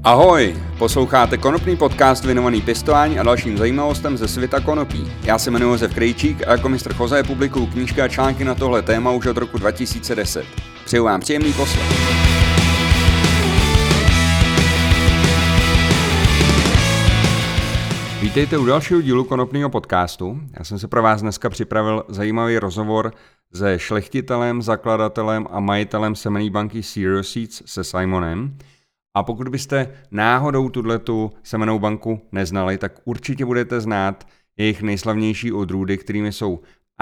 Ahoj, posloucháte konopný podcast věnovaný pěstování a dalším zajímavostem ze světa konopí. Já se jmenuji Josef Krejčík a jako mistr Jose publikuju knížky a články na tohle téma už od roku 2010. Přeju vám příjemný poslech. Vítejte u dalšího dílu konopného podcastu. Já jsem se pro vás dneska připravil zajímavý rozhovor se šlechtitelem, zakladatelem a majitelem semenní banky Serious Seeds se Simonem. A pokud byste náhodou tuhletu semennou banku neznali, tak určitě budete znát jejich nejslavnější odrůdy, kterými jsou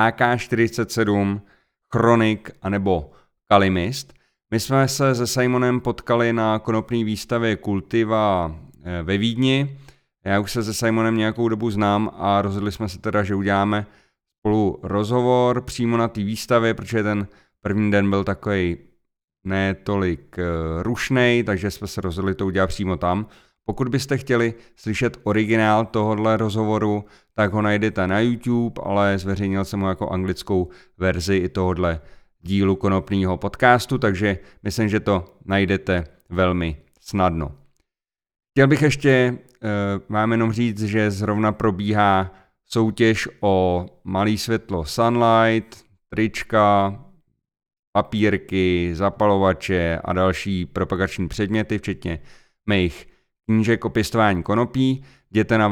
AK-47, Chronic anebo Kalimist. My jsme se se Simonem potkali na konopné výstavě Kultiva ve Vídni. Já už se se Simonem nějakou dobu znám a rozhodli jsme se teda, že uděláme spolu rozhovor přímo na té výstavě, protože ten první den byl takový ne tolik rušnej, takže jsme se rozhodli to udělat přímo tam. Pokud byste chtěli slyšet originál tohohle rozhovoru, tak ho najdete na YouTube, ale zveřejnil jsem ho jako anglickou verzi i tohohle dílu konopného podcastu, takže myslím, že to najdete velmi snadno. Chtěl bych ještě vám jenom říct, že zrovna probíhá soutěž o malý světlo Sunlight, trička, papírky, zapalovače a další propagační předměty, včetně mých knížek o pěstování konopí. Jděte na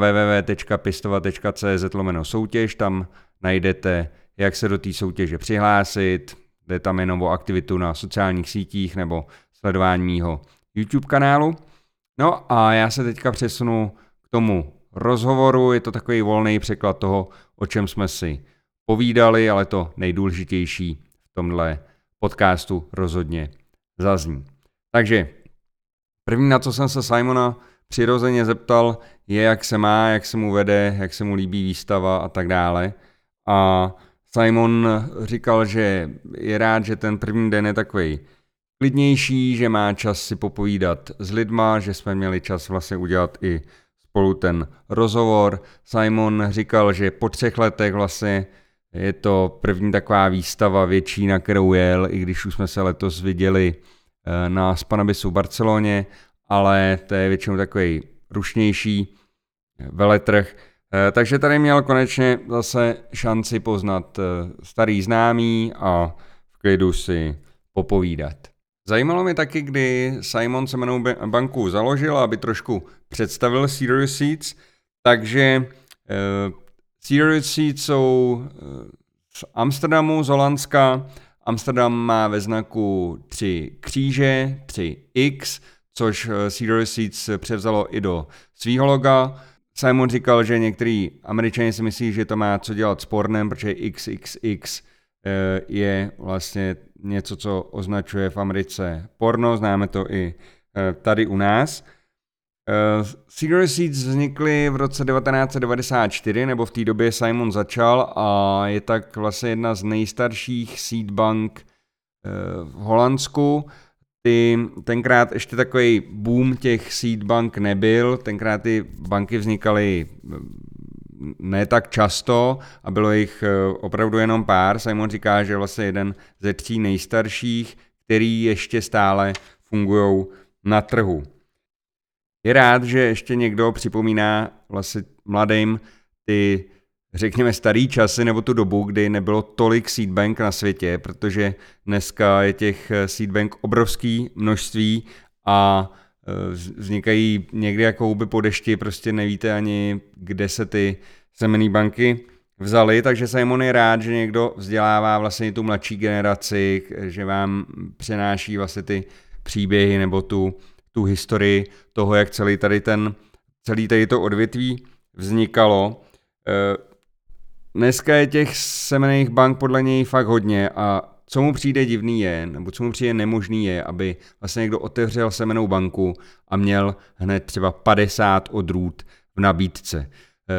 www.pěstovat.cz/soutěž, tam najdete, jak se do té soutěže přihlásit, jde tam jenom o aktivitu na sociálních sítích nebo sledování mýho YouTube kanálu. No a já se teďka přesunu k tomu rozhovoru, je to takový volný překlad toho, o čem jsme si povídali, ale to nejdůležitější v tomhle podcastu rozhodně zazní. Takže první, na co jsem se Simona přirozeně zeptal, je, jak se má, jak se mu vede, jak se mu líbí výstava a tak dále. A Simon říkal, že je rád, že ten první den je takový klidnější, že má čas si popovídat s lidma, že jsme měli čas vlastně udělat i spolu ten rozhovor. Simon říkal, že po 3 letech vlastně je to první taková výstava větší, na kterou jel, i když už jsme se letos viděli na Spanabisu v Barceloně, ale to je většinou takový rušnější veletrh. Takže tady měl konečně zase šanci poznat starý známý a v klidu si popovídat. Zajímalo mě taky, kdy Simon semennou banku založil, aby trošku představil Serious Seeds, takže Serious Seeds jsou z Amsterdamu, z Holandska. Amsterdam má ve znaku 3 kříže, 3X, což Serious Seeds převzalo i do svýho loga. Simon říkal, že některý Američané si myslí, že to má co dělat s pornem, protože XXX je vlastně něco, co označuje v Americe porno, známe to i tady u nás. Serious Seeds vznikly v roce 1994, nebo v té době Simon začal a je tak vlastně jedna z nejstarších seed bank v Holandsku. Tenkrát ještě takový boom těch seed bank nebyl, tenkrát ty banky vznikaly ne tak často a bylo jich opravdu jenom pár. Simon říká, že vlastně jeden ze 3 nejstarších, který ještě stále fungují na trhu. Je rád, že ještě někdo připomíná vlastně mladým ty, řekněme, starý časy nebo tu dobu, kdy nebylo tolik seedbank na světě, protože dneska je těch seedbank obrovský množství a vznikají někdy jako houby po dešti, prostě nevíte ani, kde se ty semenní banky vzaly, takže Simon je rád, že někdo vzdělává vlastně tu mladší generaci, že vám přenáší vlastně ty příběhy nebo tu historii toho, jak celý tady to odvětví vznikalo. Dneska je těch semenných bank podle něj fakt hodně a co mu přijde divný je, nebo co mu přijde nemožný je, aby vlastně někdo otevřel semennou banku a měl hned třeba 50 odrůd v nabídce.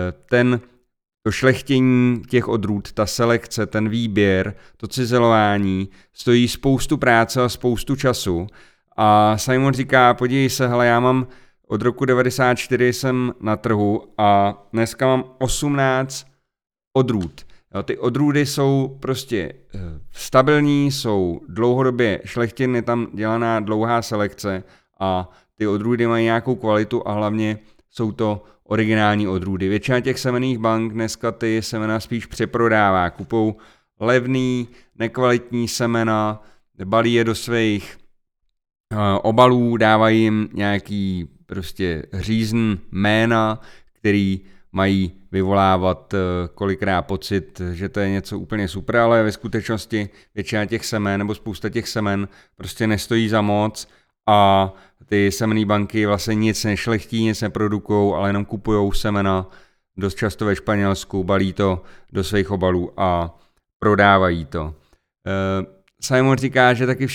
To šlechtění těch odrůd, ta selekce, ten výběr, to cizelování stojí spoustu práce a spoustu času. A Simon říká, podívej se, hele, já mám od roku 94 jsem na trhu a dneska mám 18 odrůd. Jo, ty odrůdy jsou prostě stabilní, jsou dlouhodobě šlechtěny, je tam dělaná dlouhá selekce a ty odrůdy mají nějakou kvalitu a hlavně jsou to originální odrůdy. Většina těch semenných bank dneska ty semena spíš přeprodává. Kupou levný, nekvalitní semena, balí je do svých obalů, dávají jim nějaký prostě řízn jména, který mají vyvolávat kolikrát pocit, že to je něco úplně super, ale ve skutečnosti většina těch semen nebo spousta těch semen prostě nestojí za moc a ty semenné banky vlastně nic nešlechtí, nic neprodukujou, ale jenom kupujou semena, dost často ve Španělsku, balí to do svých obalů a prodávají to. Simon říká, že taky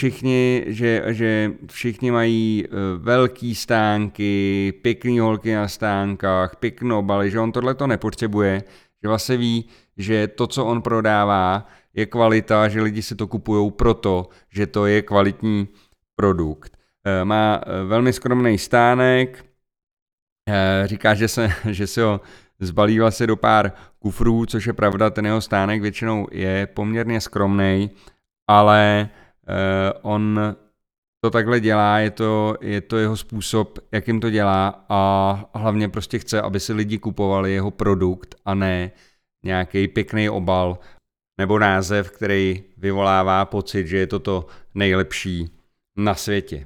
že všichni mají velký stánky, pěkný holky na stánkách, pěkný obaly, že on tohle to nepotřebuje, že vlastně ví, že to, co on prodává, je kvalita, že lidi si to kupujou proto, že to je kvalitní produkt. Má velmi skromný stánek, říká, že se ho zbalí vlastně do pár kufrů, což je pravda, ten jeho stánek většinou je poměrně skromnej, ale on to takhle dělá, je to jeho způsob, jakým to dělá a hlavně prostě chce, aby si lidi kupovali jeho produkt a ne nějaký pěkný obal nebo název, který vyvolává pocit, že je to nejlepší na světě.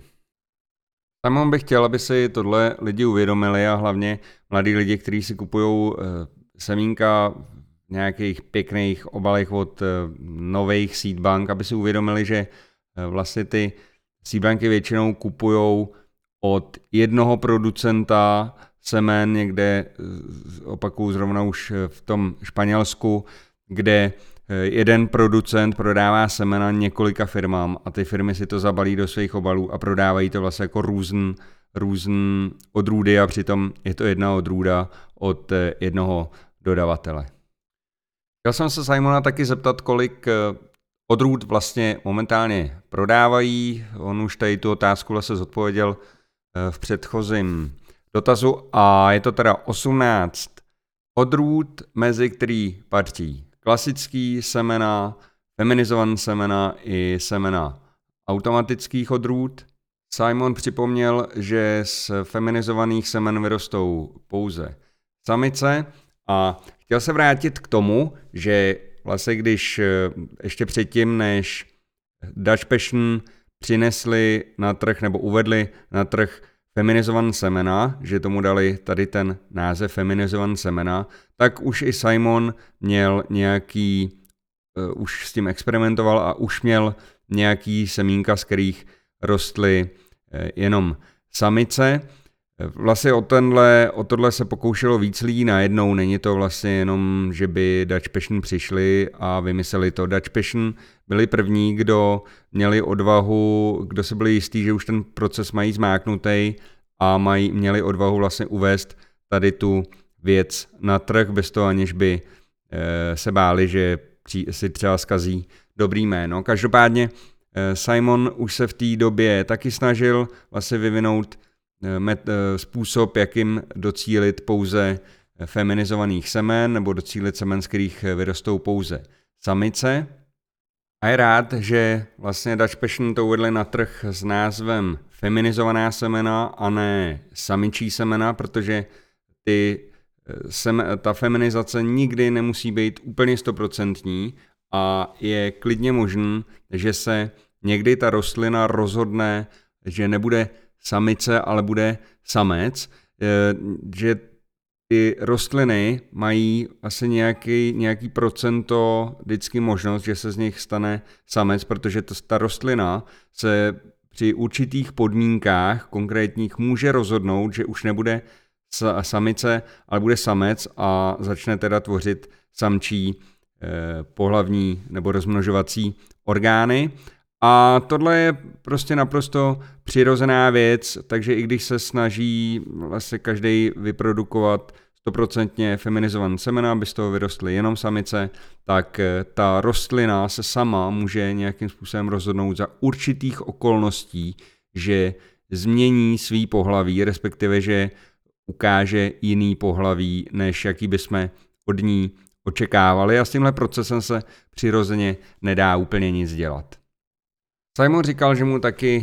Simon bych chtěl, aby si tohle lidi uvědomili a hlavně mladí lidi, kteří si kupují semínka v nějakých pěkných obalech od nových seedbank, aby si uvědomili, že vlastně ty seedbanky většinou kupujou od jednoho producenta semen, někde opakuju zrovna už v tom Španělsku, kde jeden producent prodává semena několika firmám a ty firmy si to zabalí do svých obalů a prodávají to vlastně jako různé odrůdy a přitom je to jedna odrůda od jednoho dodavatele. Chtěl jsem se Simona taky zeptat, kolik odrůd vlastně momentálně prodávají. On už tady tu otázku vlastně zodpověděl v předchozím dotazu a je to teda 18 odrůd, mezi který patří klasický semena, feminizované semena i semena automatických odrůd. Simon připomněl, že z feminizovaných semen vyrostou pouze samice a chtěl se vrátit k tomu, že vlastně když ještě předtím, než Dutch Passion přinesli na trh nebo uvedli na trh feminizované semena, že tomu dali tady ten název feminizované semena, tak už i Simon měl nějaký, už s tím experimentoval a už měl nějaký semínka, z kterých rostly jenom samice. Vlastně o tohle se pokoušelo víc lidí najednou, není to vlastně jenom, že by Dutch Passion přišli a vymysleli to. Dutch Passion byli první, kdo měli odvahu, kdo se byli jistí, že už ten proces mají zmáknutý a měli odvahu vlastně uvést tady tu věc na trh bez toho, aniž by se báli, že si třeba zkazí dobrý jméno. Každopádně Simon už se v té době taky snažil vlastně vyvinout způsob, jakým docílit pouze feminizovaných semen nebo docílit semen, z kterých vyrostou pouze samice. A je rád, že vlastně Dutch Passion to uvedli na trh s názvem feminizovaná semena a ne samičí semena, protože ta feminizace nikdy nemusí být úplně 100% a je klidně možný, že se někdy ta rostlina rozhodne, že nebude samice, ale bude samec, že ty rostliny mají asi nějaký procento vždycky možnost, že se z nich stane samec, protože ta rostlina se při určitých podmínkách konkrétních může rozhodnout, že už nebude samice, ale bude samec a začne teda tvořit samčí pohlavní nebo rozmnožovací orgány. A tohle je prostě naprosto přirozená věc, takže i když se snaží vlastně každý vyprodukovat 100% feminizované semena, aby z toho vyrostly jenom samice, tak ta rostlina se sama může nějakým způsobem rozhodnout za určitých okolností, že změní svý pohlaví, respektive že ukáže jiný pohlaví, než jaký bychom od ní očekávali a s tímhle procesem se přirozeně nedá úplně nic dělat. Simon říkal, že mu taky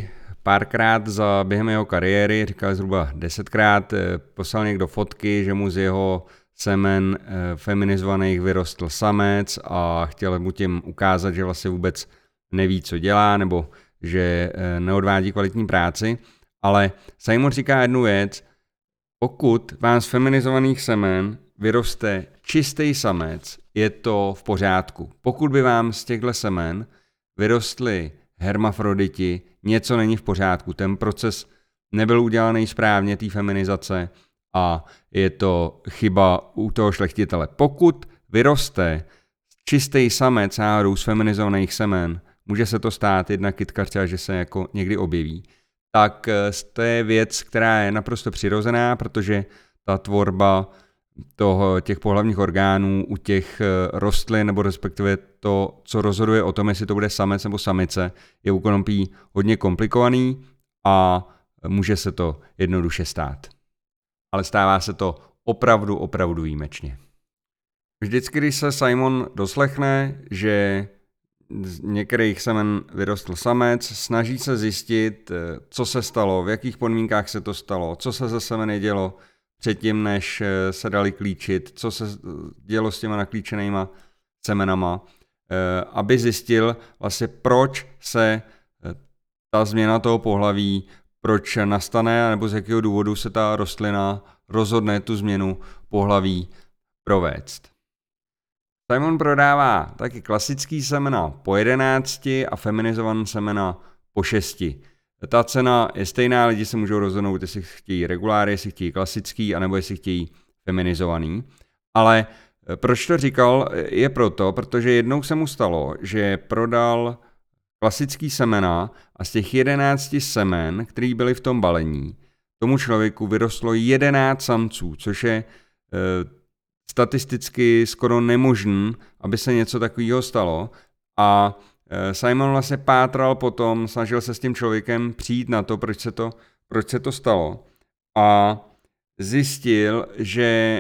párkrát během jeho kariéry, říkal zhruba 10krát, poslal někdo fotky, že mu z jeho semen feminizovaných vyrostl samec a chtěl mu tím ukázat, že vlastně vůbec neví, co dělá, nebo že neodvádí kvalitní práci. Ale Simon říká jednu věc, pokud vám z feminizovaných semen vyroste čistý samec, je to v pořádku. Pokud by vám z těchto semen vyrostly hermafroditi, něco není v pořádku. Ten proces nebyl udělaný správně, té feminizace, a je to chyba u toho šlechtitele. Pokud vyroste čistý samec náhodou z feminizovaných semen, může se to stát, jedna kytka třeba, že se jako někdy objeví, tak to je věc, která je naprosto přirozená, protože ta tvorba těch pohlavních orgánů u těch rostlin, nebo respektive to, co rozhoduje o tom, jestli to bude samec nebo samice, je u konopí hodně komplikovaný a může se to jednoduše stát. Ale stává se to opravdu výjimečně. Vždycky, když se Simon doslechne, že z některých semen vyrostl samec, snaží se zjistit, co se stalo, v jakých podmínkách se to stalo, co se ze semeny dělo předtím, než se dali klíčit, co se dělo s těma naklíčenýma semenama, aby zjistil vlastně, proč se ta změna toho pohlaví, proč nastane, nebo z jakého důvodu se ta rostlina rozhodne tu změnu pohlaví provést. Simon prodává taky klasický semena po 11 a feminizované semena po 6. Ta cena je stejná, lidi se můžou rozhodnout, jestli chtějí reguláry, jestli chtějí klasický, anebo jestli chtějí feminizovaný. Ale proč to říkal, je protože jednou se mu stalo, že prodal klasický semena a z těch 11 semen, který byly v tom balení, tomu člověku vyrostlo 11 samců, což je statisticky skoro nemožné, aby se něco takového stalo. A Simon vlastně pátral potom, snažil se s tím člověkem přijít na to, proč se to stalo. A zjistil, že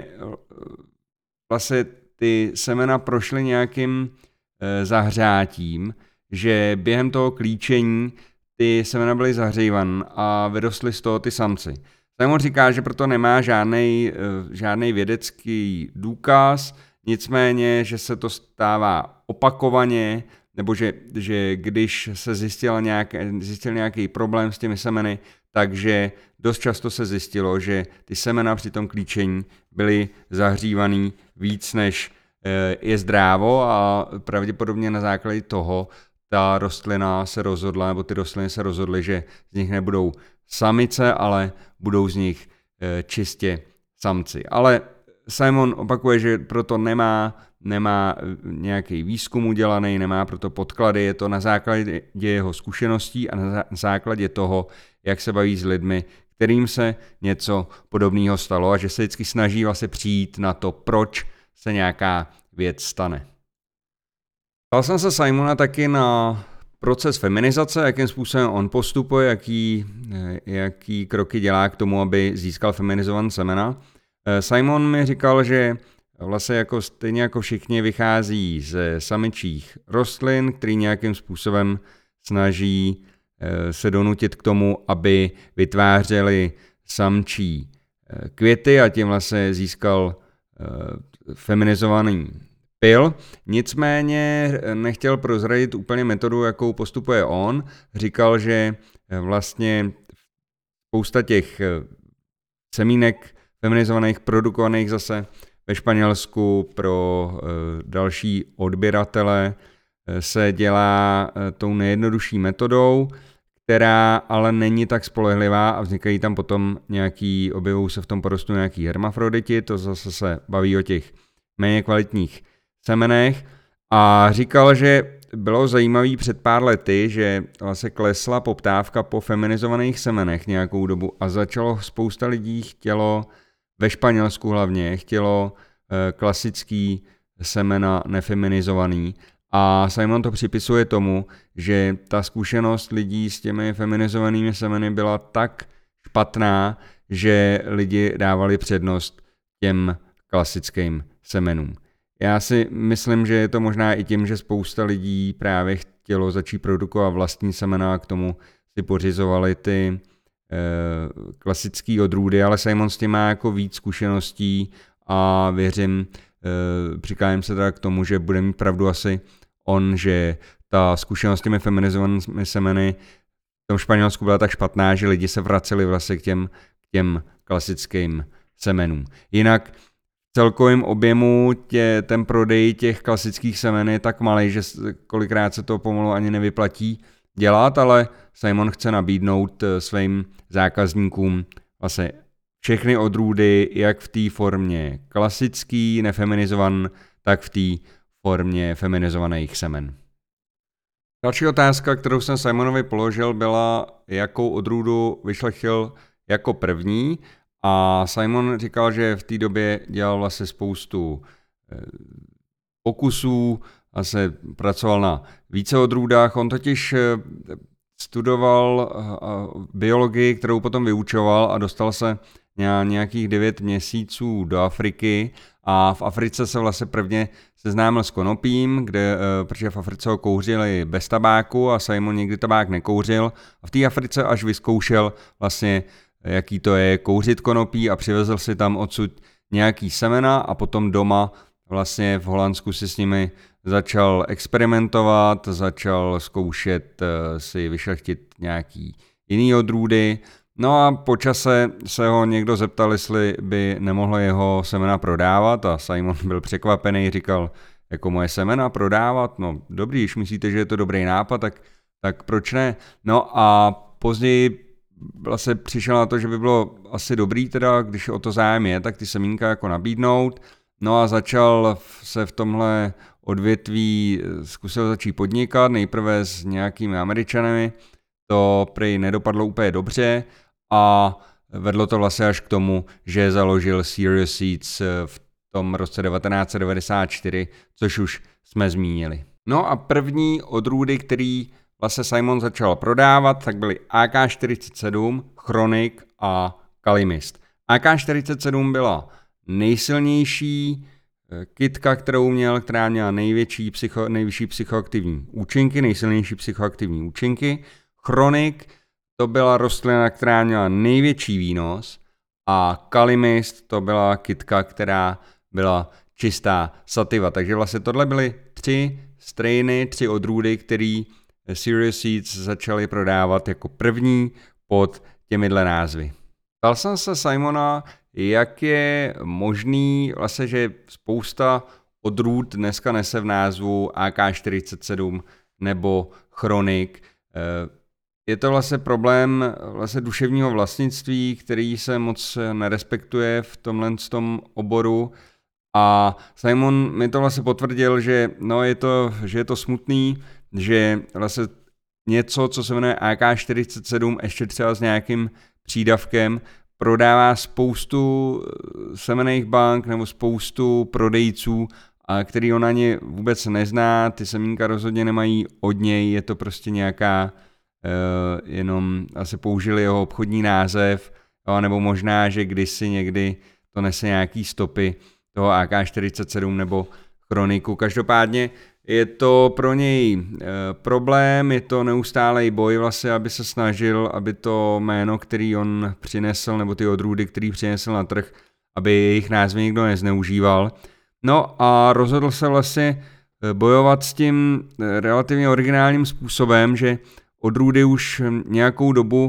vlastně ty semena prošly nějakým zahřátím, že během toho klíčení ty semena byly zahřívané a vyrostly z toho ty samci. Simon říká, že proto nemá žádný vědecký důkaz, nicméně, že se to stává opakovaně, nebo že když se zjistil nějaký problém s těmi semeny, takže dost často se zjistilo, že ty semena při tom klíčení byly zahřívaný víc, než je zdrávo, a pravděpodobně na základě toho ta rostlina se rozhodla, nebo ty rostliny se rozhodly, že z nich nebudou samice, ale budou z nich čistě samci. Ale Simon opakuje, že proto nemá nějaký výzkum udělaný, nemá proto podklady, je to na základě jeho zkušeností a na základě toho, jak se baví s lidmi, kterým se něco podobného stalo, a že se vždycky snaží vlastně přijít na to, proč se nějaká věc stane. Ptal jsem se Simona taky na proces feminizace, jakým způsobem on postupuje, jaký kroky dělá k tomu, aby získal feminizované semena. Simon mi říkal, že vlastně stejně jako všichni vychází ze samičích rostlin, který nějakým způsobem snaží se donutit k tomu, aby vytvářely samčí květy, a tím vlastně získal feminizovaný pyl. Nicméně nechtěl prozradit úplně metodu, jakou postupuje on. Říkal, že vlastně spousta těch semínek feminizovaných, produkovaných zase ve Španělsku pro další odběratele, se dělá tou nejjednodušší metodou, která ale není tak spolehlivá, a vznikají tam potom objevují se v tom porostu nějaký hermafroditi, to zase se baví o těch méně kvalitních semenech. A říkal, že bylo zajímavý před pár lety, že vlastně klesla poptávka po feminizovaných semenech nějakou dobu a začalo spousta lidí chtělo, ve Španělsku hlavně, chtělo klasický semena nefeminizovaný. A Simon to připisuje tomu, že ta zkušenost lidí s těmi feminizovanými semeny byla tak špatná, že lidi dávali přednost těm klasickým semenům. Já si myslím, že je to možná i tím, že spousta lidí právě chtělo začít produkovat vlastní semena, a k tomu si pořizovali ty klasické odrůdy, ale Simon s tím má jako víc zkušeností a věřím, přikláním se teda k tomu, že bude mít pravdu asi on, že ta zkušenost s těmi feminizovanými semeny v tom Španělsku byla tak špatná, že lidi se vraceli vlastně k těm klasickým semenům. Jinak v celkovém objemu ten prodej těch klasických semen je tak malý, že kolikrát se to pomalu ani nevyplatí dělat, ale Simon chce nabídnout svým zákazníkům vlastně všechny odrůdy, jak v té formě klasický, nefeminizovaný, tak v té formě feminizovaných semen. Další otázka, kterou jsem Simonovi položil, byla, jakou odrůdu vyšlechtil jako první. A Simon říkal, že v té době dělal vlastně spoustu pokusů, vlastně pracoval na více odrůdách. On totiž studoval biologii, kterou potom vyučoval a dostal se nějakých 9 měsíců do Afriky a v Africe se vlastně prvně seznámil s konopím, protože v Africe ho kouřili bez tabáku a Simon nikdy tabák nekouřil a v té Africe až vyzkoušel vlastně, jaký to je kouřit konopí a přivezl si tam odsud nějaký semena a potom doma vlastně v Holandsku si s nimi začal experimentovat, začal zkoušet si vyšlechtit nějaký jiný odrůdy. No a po čase se ho někdo zeptal, jestli by nemohlo jeho semena prodávat a Simon byl překvapený, říkal, jako moje semena prodávat, no dobrý, když myslíte, že je to dobrý nápad, tak proč ne? No a později vlastně přišel na to, že by bylo asi dobrý teda, když o to zájem je, tak ty semínka jako nabídnout. No a začal se v tomhle odvětví, zkusil začít podnikat, nejprve s nějakými Američany, to prý nedopadlo úplně dobře a vedlo to vlastně až k tomu, že založil Serious Seeds v tom roce 1994, což už jsme zmínili. No a první odrůdy, který vlastně Simon začal prodávat, tak byly AK-47, Chronic a Kalimist. AK-47 byla nejsilnější kytka, kterou měl, která měla nejvyšší psychoaktivní účinky, nejsilnější psychoaktivní účinky. Chronic to byla rostlina, která měla největší výnos a Kalimist to byla kytka, která byla čistá sativa. Takže vlastně tohle byly 3 strainy, 3 odrůdy, které Serious Seeds začaly prodávat jako první pod těmihle názvy. Ptal jsem se Simona, jak je možný, vlastně, že spousta odrůd dneska nese v názvu AK-47 nebo Chronic. Je to vlastně problém vlastně duševního vlastnictví, který se moc nerespektuje v tomhle oboru. A Simon mi to vlastně potvrdil, že je to smutný, že vlastně něco, co se jmenuje AK-47, ještě třeba s nějakým přídavkem, prodává spoustu semenných bank nebo spoustu prodejců, který on ani vůbec nezná, ty semínka rozhodně nemají od něj, je to prostě nějaká, jenom asi použili jeho obchodní název, nebo možná, že kdysi někdy to nese nějaký stopy toho AK-47 nebo Chroniku. Každopádně je to pro něj problém, je to neustálej boj vlastně, aby se snažil, aby to jméno, který on přinesl, nebo ty odrůdy, který přinesl na trh, aby jejich názvy nikdo nezneužíval. No a rozhodl se vlastně bojovat s tím relativně originálním způsobem, že odrůdy už nějakou dobu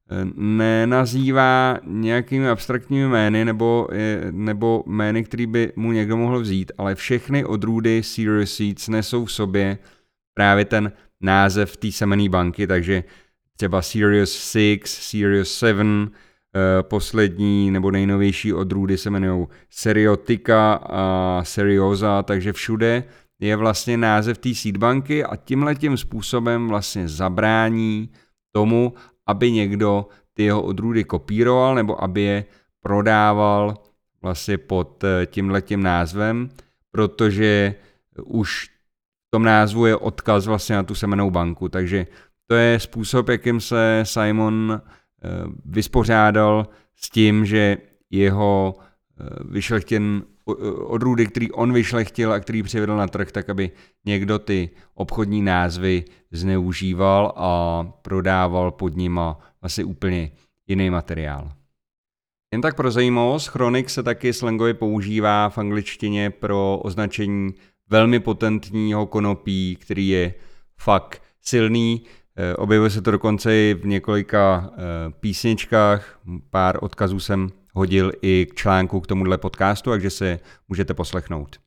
nenazývá nějakými abstraktními jmény nebo jmény, který by mu někdo mohl vzít, ale všechny odrůdy Serious Seeds nesou v sobě právě ten název té semenné banky, takže třeba Serious 6, Serious 7, poslední nebo nejnovější odrůdy se jmenují Seriotica a Seriosa, takže všude je vlastně název té seed banky a tímhletím způsobem vlastně zabrání tomu, aby někdo ty jeho odrůdy kopíroval nebo aby je prodával vlastně pod tímhletím názvem, protože už v tom názvu je odkaz vlastně na tu semennou banku, takže to je způsob, jakým se Simon vyspořádal s tím, že jeho vyšlechtěn odrůdy, který on vyšlechtil a který přivedl na trh, tak aby někdo ty obchodní názvy zneužíval a prodával pod nima asi úplně jiný materiál. Jen tak pro zajímavost, chronik se taky slangově používá v angličtině pro označení velmi potentního konopí, který je fakt silný. Objevuje se to dokonce i v několika písničkách, pár odkazů jsem hodil i k článku k tomuhle podcastu, takže se můžete poslechnout.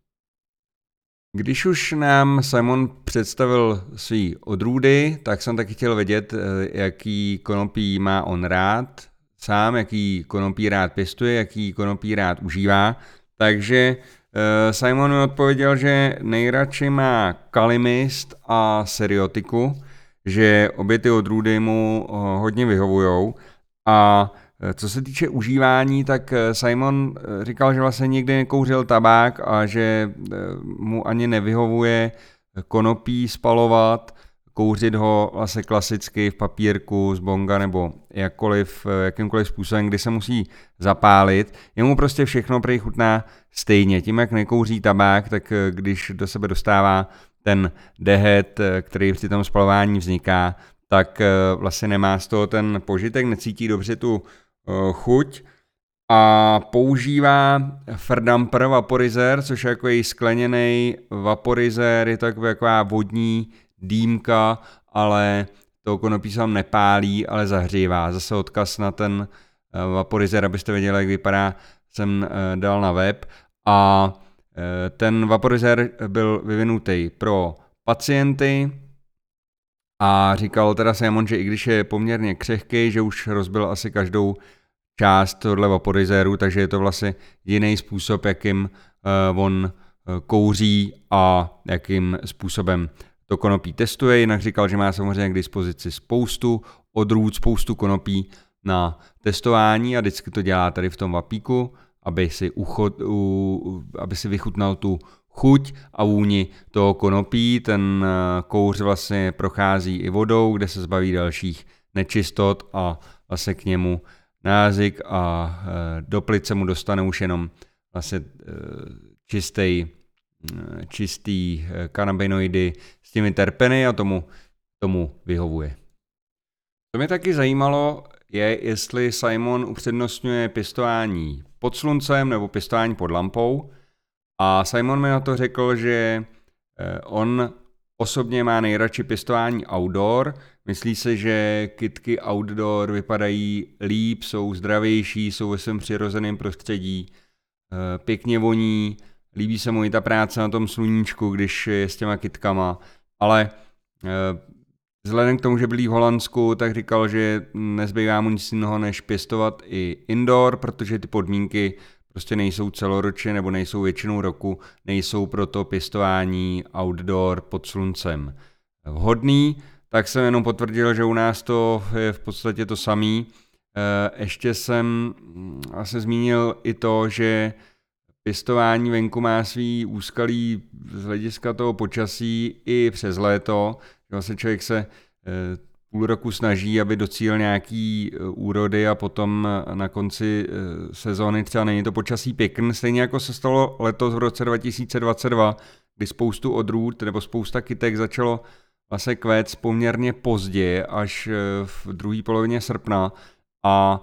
Když už nám Simon představil svý odrůdy, tak jsem taky chtěl vědět, jaký konopí má on rád sám, jaký konopí rád pěstuje, jaký konopí rád užívá. Takže Simon mi odpověděl, že nejradši má kalimist a seriotiku, že obě ty odrůdy mu hodně vyhovujou. A co se týče užívání, tak Simon říkal, že vlastně nikdy nekouřil tabák a že mu ani nevyhovuje konopí spalovat, kouřit ho vlastně klasicky v papírku z bonga nebo jakýmkoliv způsobem, kdy se musí zapálit. Jemu prostě všechno prý chutná stejně. Tím, jak nekouří tabák, tak když do sebe dostává ten dehet, který při tom spalování vzniká, tak vlastně nemá z toho ten požitek, necítí dobře tu chuť a používá Verdamper vaporizer, což je jako její skleněný vaporizer, je to taková vodní dýmka, ale to konopí se vám nepálí, ale zahřívá. Zase odkaz na ten vaporizer, abyste věděli, jak vypadá, jsem dal na web. A ten vaporizer byl vyvinutý pro pacienty a říkal teda Simon, že i když je poměrně křehký, že už rozbil asi každou část tohle vaporizeru, takže je to vlastně jiný způsob, jakým on kouří a jakým způsobem to konopí testuje. Jinak říkal, že má samozřejmě k dispozici spoustu odrůd, spoustu konopí na testování a vždycky to dělá tady v tom vapíku, aby si vychutnal tu chuť a vůni toho konopí. Ten kouř vlastně prochází i vodou, kde se zbaví dalších nečistot a vlastně k němu na jazyk a do plic se mu dostane už jenom vlastně čistý kanabinoidy s těmi terpeny a tomu vyhovuje. Co mě taky zajímalo je, jestli Simon upřednostňuje pěstování pod sluncem nebo pěstování pod lampou. A Simon mi na to řekl, že on osobně má nejradši pěstování outdoor. Myslí se, že kytky outdoor vypadají líp, jsou zdravější, jsou ve svém přirozeném prostředí, pěkně voní, líbí se mu i ta práce na tom sluníčku, když je s těma kytkama, ale vzhledem k tomu, že byli v Holandsku, tak říkal, že nezbývá mu nic jiného, než pěstovat i indoor, protože ty podmínky prostě nejsou celoročně nebo nejsou většinou roku, nejsou pro to pěstování outdoor pod sluncem vhodný, tak jsem jenom potvrdil, že u nás to je v podstatě to samý. Ještě jsem asi zmínil i to, že pěstování venku má svý úskalí z hlediska toho počasí i přes léto. Vlastně člověk se půl roku snaží, aby docílil nějaký úrody a potom na konci sezóny třeba není to počasí pěkný. Stejně jako se stalo letos v roce 2022, kdy spoustu odrůd nebo spousta kytek začalo vlastně kvést poměrně pozdě, až v druhé polovině srpna a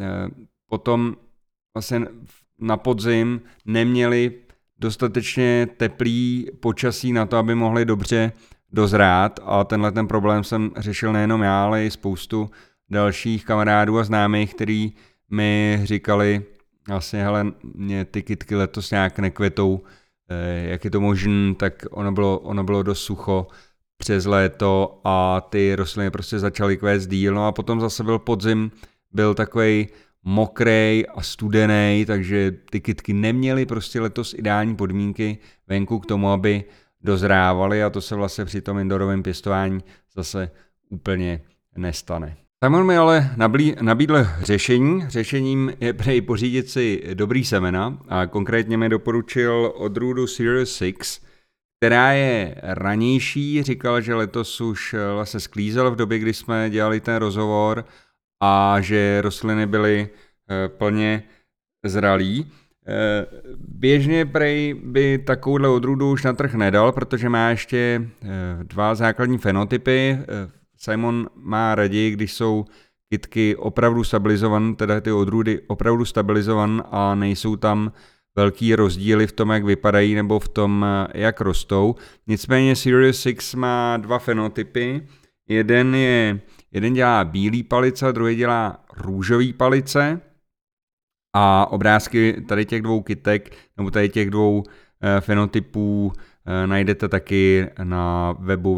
potom vlastně na podzim neměli dostatečně teplý počasí na to, aby mohli dobře dozrát a ten problém jsem řešil nejenom já, ale i spoustu dalších kamarádů a známých, kteří mi říkali vlastně, hele, mě ty kytky letos nějak nekvetou, jak je to možné, tak ono bylo dost sucho přes léto a ty rostliny prostě začaly kvést díl, no a potom zase byl podzim, byl takovej mokrej a studený, takže ty kytky neměly prostě letos ideální podmínky venku k tomu, aby dozrávaly a to se vlastně při tom indoorovém pěstování zase úplně nestane. Simon mi ale nabídl řešení. Řešením je prej pořídit si dobrý semena a konkrétně mi doporučil odrůdu Series 6, která je ranější. Říkal, že letos už vlastně sklízel v době, kdy jsme dělali ten rozhovor a že rostliny byly plně zralý. Běžně prej by takovouhle odrůdu už na trh nedal, protože má ještě 2 základní fenotypy. Simon má raději, když jsou kytky opravdu stabilizované, teda ty odrůdy opravdu stabilizované a nejsou tam velký rozdíly v tom, jak vypadají nebo v tom, jak rostou. Nicméně Sirius 6 má 2 fenotypy. Jeden dělá bílý palice a druhý dělá růžový palice. A obrázky tady těch 2 kytek nebo tady těch 2 fenotypů najdete taky na webu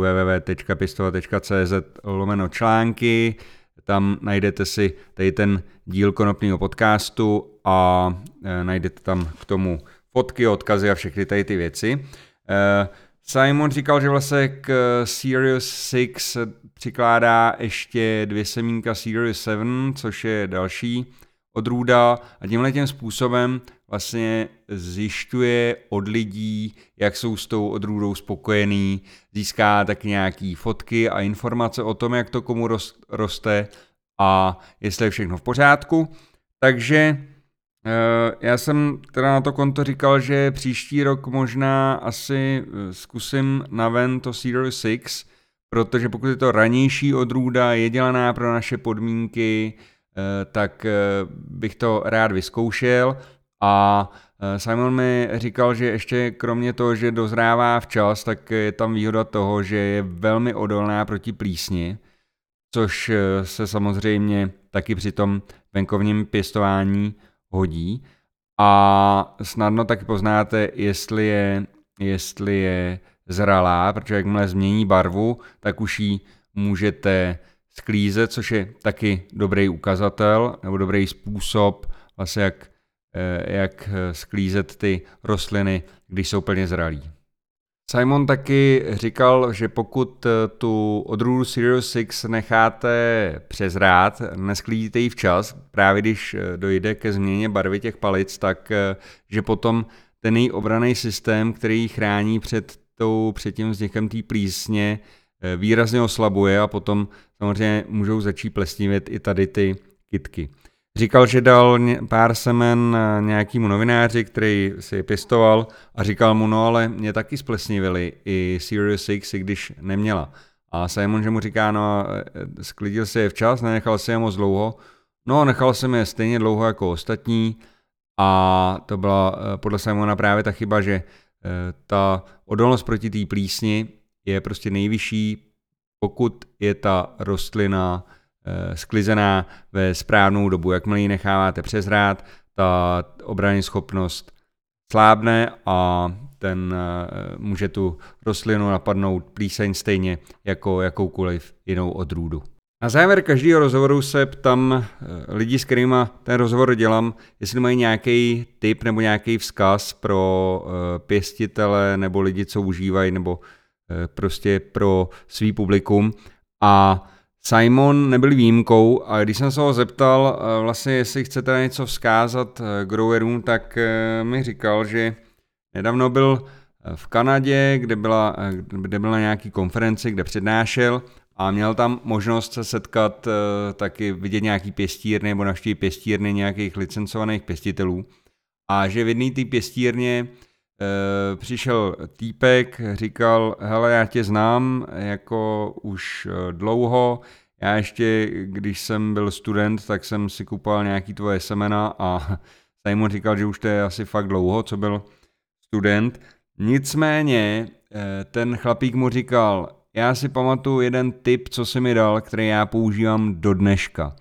www.pistova.cz/články. Tam najdete si tady ten díl konopného podcastu a najdete tam k tomu fotky, odkazy a všechny tady ty věci. Simon říkal, že vlastně k Sirius 6 přikládá ještě 2 semínka Sirius 7, což je další odrůda a tímhletím způsobem vlastně zjišťuje od lidí, jak jsou s tou odrůdou spokojení, získá tak nějaký fotky a informace o tom, jak to komu roste a jestli je všechno v pořádku. Takže já jsem teda na to konto říkal, že příští rok možná asi zkusím na ven to Sirius 6, protože pokud je to ranější odrůda, je dělaná pro naše podmínky, tak bych to rád vyzkoušel a Simon mi říkal, že ještě kromě toho, že dozrává včas, tak je tam výhoda toho, že je velmi odolná proti plísni, což se samozřejmě taky při tom venkovním pěstování hodí a snadno taky poznáte, jestli je zralá, protože jakmile změní barvu, tak už ji můžete sklízet, což je taky dobrý ukazatel nebo dobrý způsob, vlastně jak sklízet ty rostliny, když jsou plně zralí. Simon taky říkal, že pokud tu odrůdu Sirius 6 necháte přezrát, nesklízíte ji včas, právě když dojde ke změně barvy těch palic, tak že potom ten její obranný systém, který ji chrání před tím vznikem té plísně, výrazně oslabuje a potom samozřejmě můžou začít plesnivět i tady ty kytky. Říkal, že dal pár semen nějakému novináři, který si je pěstoval a říkal mu, no ale mě taky splesnivili i Sirius 6, i když neměla. A Simon, že mu říká, no sklidil si je včas, nenechal si je moc dlouho. No, nechal jsem je stejně dlouho jako ostatní a to byla podle Simona právě ta chyba, že ta odolnost proti té plísni je prostě nejvyšší, pokud je ta rostlina sklizená ve správnou dobu. Jakmile ji necháváte přezrát, ta obranná schopnost slábne a může tu rostlinu napadnout plíseň stejně jako jakoukoliv jinou odrůdu. Na závěr každého rozhovoru se ptám lidí, s kterými ten rozhovor dělám, jestli mají nějaký tip nebo nějaký vzkaz pro pěstitele nebo lidi, co užívají, nebo prostě pro svý publikum. A Simon nebyl výjimkou a když jsem se ho zeptal, vlastně jestli chcete něco vzkázat growerům, tak mi říkal, že nedávno byl v Kanadě, kde byl na nějaký konferenci, kde přednášel a měl tam možnost se setkat, taky vidět nějaký pěstírny nebo navštívit pěstírny nějakých licencovaných pěstitelů. A že v jedné té pěstírně přišel týpek, říkal, hele, já tě znám jako už dlouho, já ještě, když jsem byl student, tak jsem si kupoval nějaký tvoje semena a Simon říkal, že už to je asi fakt dlouho, co byl student. Nicméně ten chlapík mu říkal, já si pamatuju jeden tip, co jsi mi dal, který já používám do dneška.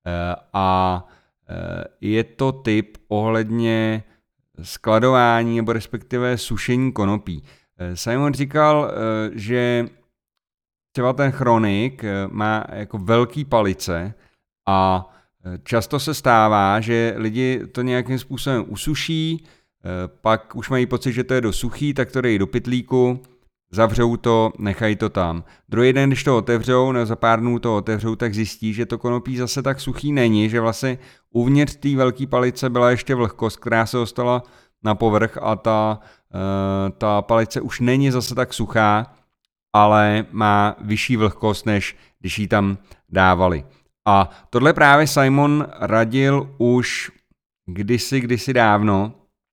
A je to tip ohledně skladování nebo respektive sušení konopí. Simon říkal, že třeba ten chronik má jako velký palice a často se stává, že lidi to nějakým způsobem usuší, pak už mají pocit, že to je dost suchý, tak to dají do pytlíku, zavřou to, nechají to tam. Druhý den, když to otevřou, nebo za pár dnů to otevřou, tak zjistí, že to konopí zase tak suchý není, že vlastně uvnitř té velké palice byla ještě vlhkost, která se dostala na povrch a ta palice už není zase tak suchá, ale má vyšší vlhkost, než když ji tam dávali. A tohle právě Simon radil už kdysi dávno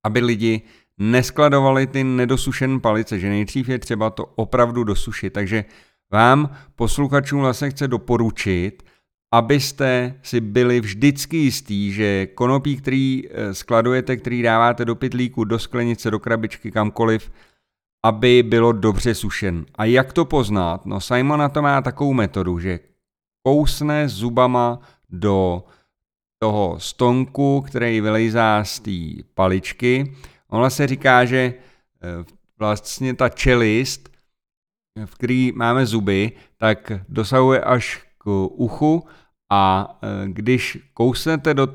aby lidi neskladovali ty nedosušené palice, že nejdřív je třeba to opravdu dosušit. Takže vám, posluchačům, vlastně chci doporučit, abyste si byli vždycky jistí, že konopí, který skladujete, který dáváte do pytlíku, do sklenice, do krabičky, kamkoliv, aby bylo dobře sušen. A jak to poznat? No Simon na to má takovou metodu, že kousne zubama do toho stonku, který vylejzá z té paličky. On vlastně říká, že vlastně ta čelist, v který máme zuby, tak dosahuje až k uchu a když kousnete do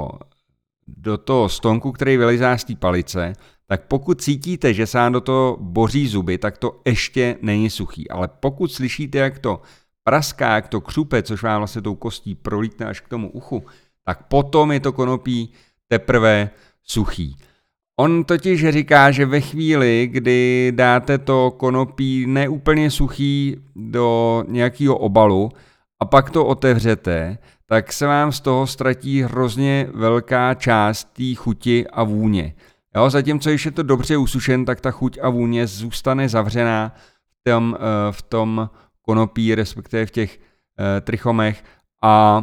toho stonku, který vylejzá z té palice, tak pokud cítíte, že se vám do toho boří zuby, tak to ještě není suchý. Ale pokud slyšíte, jak to praská, jak to křupe, což vám vlastně tou kostí prolítne až k tomu uchu, tak potom je to konopí teprve suchý. On totiž říká, že ve chvíli, kdy dáte to konopí neúplně suchý do nějakého obalu a pak to otevřete, tak se vám z toho ztratí hrozně velká část té chuti a vůně. Jo, zatímco když je to dobře usušen, tak ta chuť a vůně zůstane zavřená v tom konopí, respektive v těch trichomech a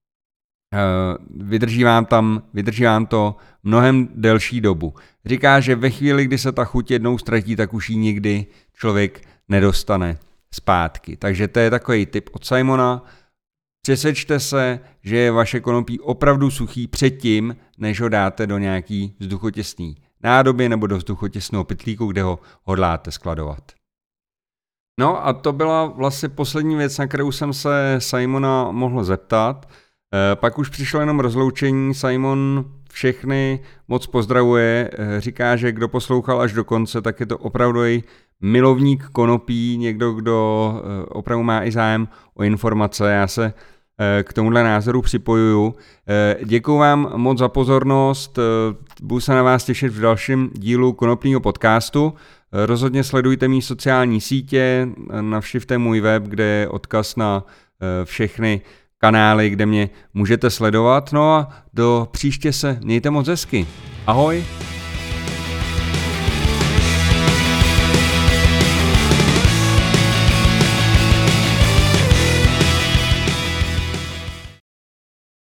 vydrží vám to mnohem delší dobu. Říká, že ve chvíli, kdy se ta chuť jednou ztratí, tak už ji nikdy člověk nedostane zpátky. Takže to je takový tip od Simona. Přesvědčte se, že je vaše konopí opravdu suchý předtím, než ho dáte do nějaký vzduchotěsné nádoby nebo do vzduchotěsného pytlíku, kde ho hodláte skladovat. No a to byla vlastně poslední věc, na kterou jsem se Simona mohl zeptat. Pak už přišlo jenom rozloučení. Simon všechny moc pozdravuje, říká, že kdo poslouchal až do konce, tak je to opravdový milovník konopí, někdo, kdo opravdu má i zájem o informace. Já se k tomuhle názoru připojuju. Děkuju vám moc za pozornost, budu se na vás těšit v dalším dílu konopního podcastu. Rozhodně sledujte mý sociální sítě, navštivte můj web, kde je odkaz na všechny kanály, kde mě můžete sledovat. No a do příště se mějte moc hezky. Ahoj!